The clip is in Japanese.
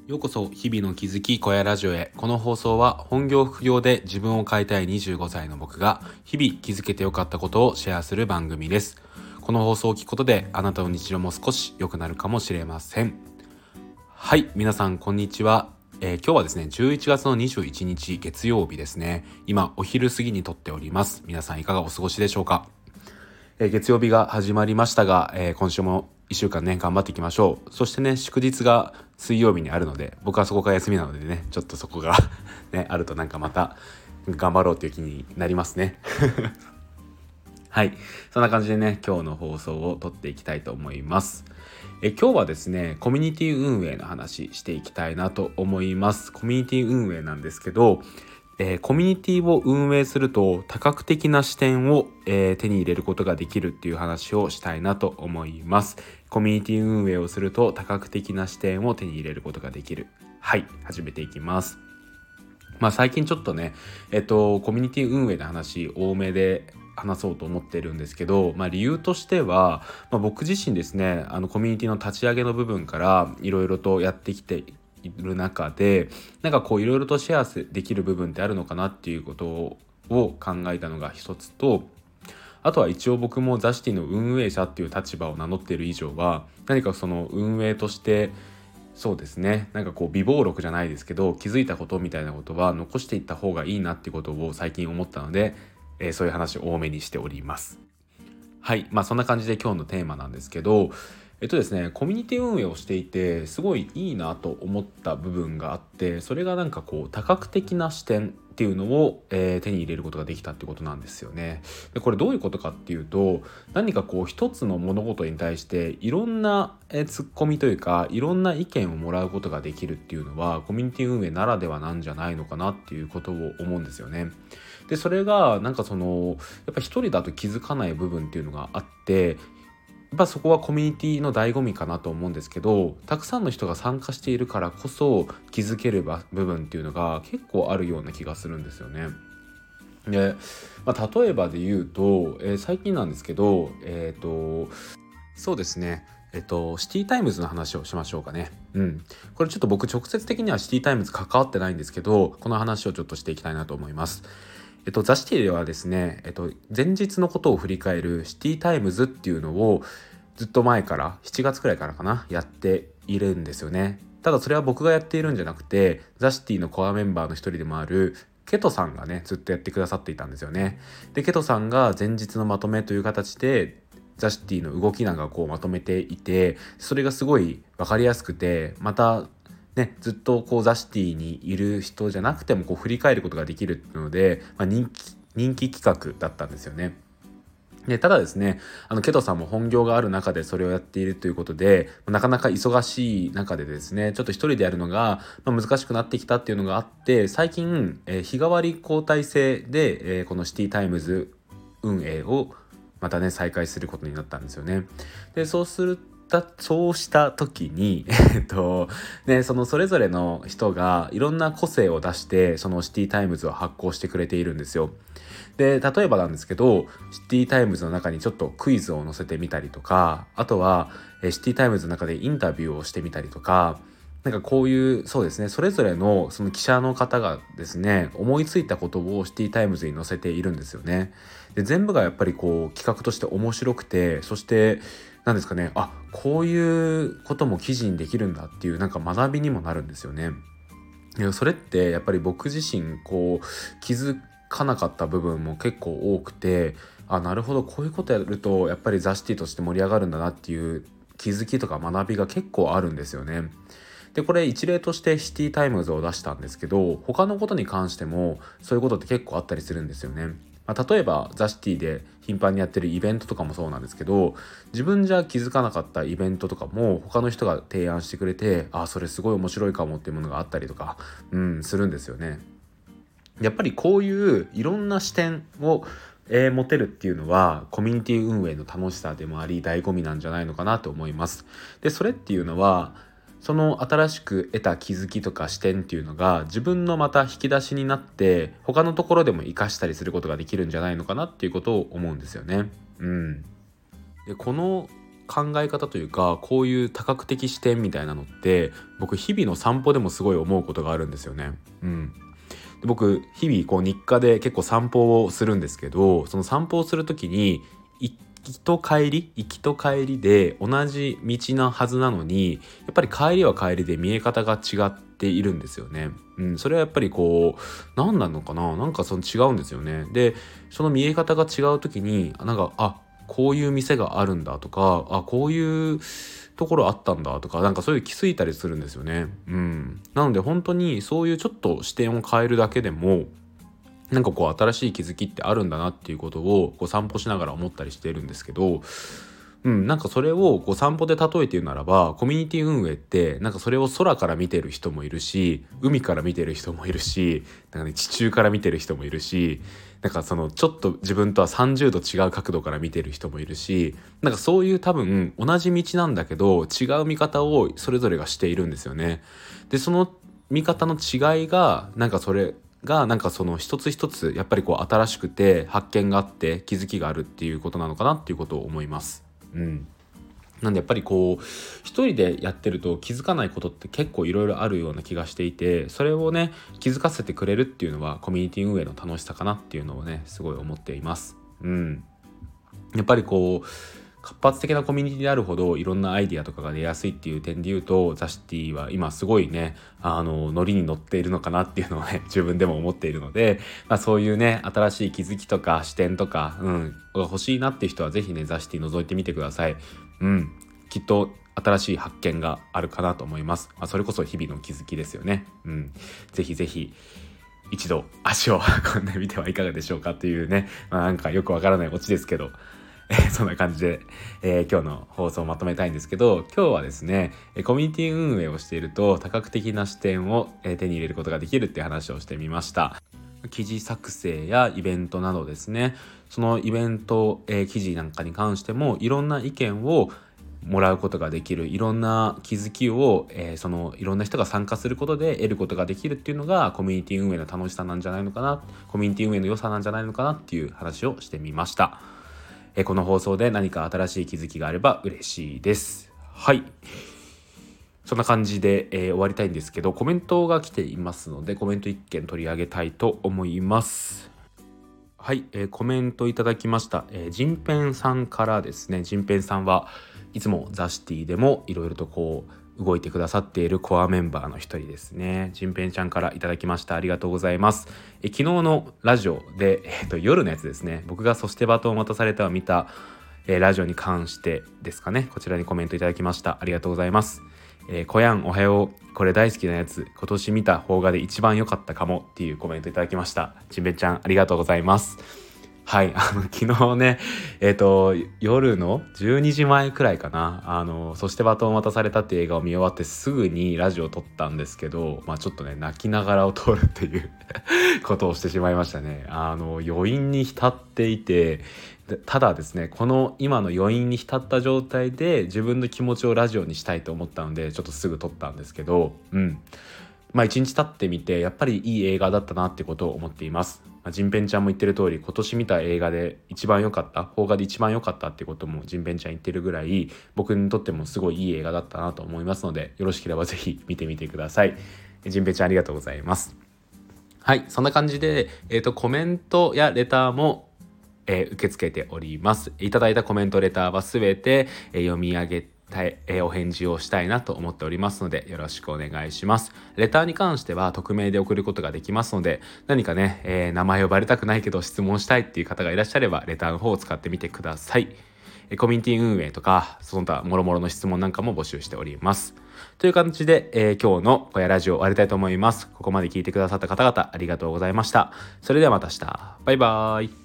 ようこそ日々の気づき小屋ラジオへ。この放送は本業副業で自分を変えたい25歳の僕が日々気づけてよかったことをシェアする番組です。この放送を聞くことであなたの日常も少し良くなるかもしれません。はい、皆さんこんにちは。今日はですね11月の21日月曜日ですね。今お昼過ぎに撮っております。皆さんいかがお過ごしでしょうか。月曜日が始まりましたが、今週も1週間ね頑張っていきましょう。そしてね祝日が水曜日にあるので、僕はそこが休みなのでね、ちょっとそこがねあるとなんかまた頑張ろうっていう気になりますねはい、そんな感じでね今日の放送を撮っていきたいと思います。今日はですねコミュニティ運営の話していきたいなと思います。コミュニティ運営なんですけど、コミュニティを運営すると多角的な視点を、手に入れることができるっていう話をしたいなと思います。コミュニティ運営をすると多角的な視点を手に入れることができる。はい、始めていきます。最近ちょっとね、コミュニティ運営の話多めで話そうと思ってるんですけど、理由としては、僕自身ですねコミュニティの立ち上げの部分からいろいろとやってきている中で、なんかこういろいろとシェアできる部分ってあるのかなっていうことを考えたのが一つと、あとは一応僕もザシティの運営者っていう立場を名乗っている以上は、何かその運営としてそうですね、なんかこう備忘録じゃないですけど気づいたことみたいなことは残していった方がいいなっていうことを最近思ったので、そういう話を多めにしております。はい、そんな感じで今日のテーマなんですけど、ですねコミュニティ運営をしていてすごいいいなと思った部分があって、それがなんかこう多角的な視点っていうのを、手に入れることができたってことなんですよね。でこれどういうことかっていうと、何かこう一つの物事に対していろんな、ツッコミというかいろんな意見をもらうことができるっていうのはコミュニティ運営ならではなんじゃないのかなっていうことを思うんですよね。でそれがなんかそのやっぱ一人だと気づかない部分っていうのがあって、やっぱそこはコミュニティの醍醐味かなと思うんですけど、たくさんの人が参加しているからこそ気づける部分っていうのが結構あるような気がするんですよね。で、例えばで言うと、最近なんですけど、そうですねシティタイムズの話をしましょうかね。これちょっと僕直接的にはシティタイムズ関わってないんですけど、この話をちょっとしていきたいなと思います。ザシティではですね、前日のことを振り返るシティタイムズっていうのをずっと前から7月くらいからかなやっているんですよね。ただそれは僕がやっているんじゃなくて、ザシティのコアメンバーの一人でもあるケトさんがねずっとやってくださっていたんですよね。でケトさんが前日のまとめという形でザシティの動きなんかをこうまとめていて、それがすごい分かりやすくて、またね、ずっとこうザシティにいる人じゃなくてもこう振り返ることができるので、人気企画だったんですよね。でただですねケトさんも本業がある中でそれをやっているということで、なかなか忙しい中でですねちょっと一人でやるのが、難しくなってきたっていうのがあって、最近、日替わり交代制で、このシティタイムズ運営をまたね再開することになったんですよね。でそうした時にそのそれぞれの人がいろんな個性を出してそのシティタイムズを発行してくれているんですよ。で例えばなんですけど、シティタイムズの中にちょっとクイズを載せてみたりとか、あとはシティタイムズの中でインタビューをしてみたりとか、なんかこういうそうですねそれぞれのその記者の方がですね思いついたことをシティタイムズに載せているんですよね。で全部がやっぱりこう企画として面白くて、そしてなんですかね、こういうことも記事にできるんだっていうなんか学びにもなるんですよね。いやそれってやっぱり僕自身こう気づかなかった部分も結構多くて、なるほどこういうことやるとやっぱりザシティとして盛り上がるんだなっていう気づきとか学びが結構あるんですよね。でこれ一例としてシティタイムズを出したんですけど、他のことに関してもそういうことって結構あったりするんですよね。例えばザシティで頻繁にやってるイベントとかもそうなんですけど、自分じゃ気づかなかったイベントとかも他の人が提案してくれて、それすごい面白いかもっていうものがあったりとか、するんですよね。やっぱりこういういろんな視点を持てるっていうのはコミュニティ運営の楽しさでもあり醍醐味なんじゃないのかなと思います。でそれっていうのはその新しく得た気づきとか視点っていうのが自分のまた引き出しになって他のところでも活かしたりすることができるんじゃないのかなっていうことを思うんですよね。でこの考え方というか、こういう多角的視点みたいなのって僕日々の散歩でもすごい思うことがあるんですよね。で僕日々こう日課で結構散歩をするんですけど、その散歩をする時に行きと帰りで同じ道なはずなのに、やっぱり帰りは帰りで見え方が違っているんですよね。それはやっぱりこう何なのかな、なんかその違うんですよね。でその見え方が違う時になんかこういう店があるんだとか、こういうところあったんだとか、なんかそういう気づいたりするんですよね。なので本当にそういうちょっと視点を変えるだけでもなんかこう新しい気づきってあるんだなっていうことをこう散歩しながら思ったりしてるんですけど、なんかそれをこう散歩で例えて言うならば、コミュニティ運営ってなんかそれを空から見てる人もいるし、海から見てる人もいるし、なんかね、地中から見てる人もいるし、なんかそのちょっと自分とは30度違う角度から見てる人もいるし、なんかそういう多分同じ道なんだけど違う見方をそれぞれがしているんですよね。でその見方の違いがなんかそれがなんかその一つ一つやっぱりこう新しくて発見があって気づきがあるっていうことなのかなっていうことを思います。なんでやっぱりこう一人でやってると気づかないことって結構いろいろあるような気がしていて、それをね気づかせてくれるっていうのはコミュニティ運営の楽しさかなっていうのをねすごい思っています。やっぱりこう活発的なコミュニティであるほどいろんなアイディアとかが出やすいっていう点で言うと、ザシティは今すごいねノリに乗っているのかなっていうのをね自分でも思っているので、そういうね新しい気づきとか視点とかが欲しいなっていう人はぜひねザシティ覗いてみてください。きっと新しい発見があるかなと思います。それこそ日々の気づきですよね。ぜひぜひ一度足を運んでみてはいかがでしょうかっていうね、なんかよくわからないオチですけどそんな感じで、今日の放送をまとめたいんですけど、今日はですねコミュニティ運営をしていると多角的な視点を手に入れることができるっていう話をしてみました。記事作成やイベントなどですね、そのイベント、記事なんかに関してもいろんな意見をもらうことができる、いろんな気づきを、そのいろんな人が参加することで得ることができるっていうのがコミュニティ運営の楽しさなんじゃないのかな、コミュニティ運営の良さなんじゃないのかなっていう話をしてみました。この放送で何か新しい気づきがあれば嬉しいです。はい、そんな感じで、終わりたいんですけど、コメントが来ていますのでコメント1件取り上げたいと思います。はい、コメントいただきました。ジンペンさんからですね。ジンペンさんはいつもザシティでもいろいろとこう動いてくださっているコアメンバーの一人ですね。ジンペンちゃんからいただきました。ありがとうございます。昨日のラジオで、夜のやつですね。僕がそしてバトンを渡されたを見た、ラジオに関してですかね。こちらにコメントいただきました。ありがとうございます。こやんおはよう、これ大好きなやつ、今年見た邦画で一番良かったかもっていうコメントいただきました。ジンペンちゃんありがとうございます。はい、昨日ね夜の12時前くらいかな、そしてバトンを渡されたっていう映画を見終わってすぐにラジオを撮ったんですけど、ちょっとね泣きながらを撮るっていうことをしてしまいましたね。余韻に浸っていて、ただですねこの今の余韻に浸った状態で自分の気持ちをラジオにしたいと思ったのでちょっとすぐ撮ったんですけど、一日経ってみてやっぱりいい映画だったなってことを思っています。ジンペンちゃんも言ってる通り、今年見た映画で一番良かった、邦画で一番良かったってこともジンペンちゃん言ってるぐらい、僕にとってもすごいいい映画だったなと思いますので、よろしければぜひ見てみてください。ジンペンちゃんありがとうございます。はい、そんな感じで、コメントやレターも、受け付けております。いただいたコメントレターはすべて、読み上げお返事をしたいなと思っておりますのでよろしくお願いします。レターに関しては匿名で送ることができますので、何かね、名前をバレたくないけど質問したいっていう方がいらっしゃればレターの方を使ってみてください。コミュニティ運営とかその他諸々の質問なんかも募集しております。という感じで、今日の小屋ラジオ終わりたいと思います。ここまで聞いてくださった方々ありがとうございました。それではまた明日。バイバーイ。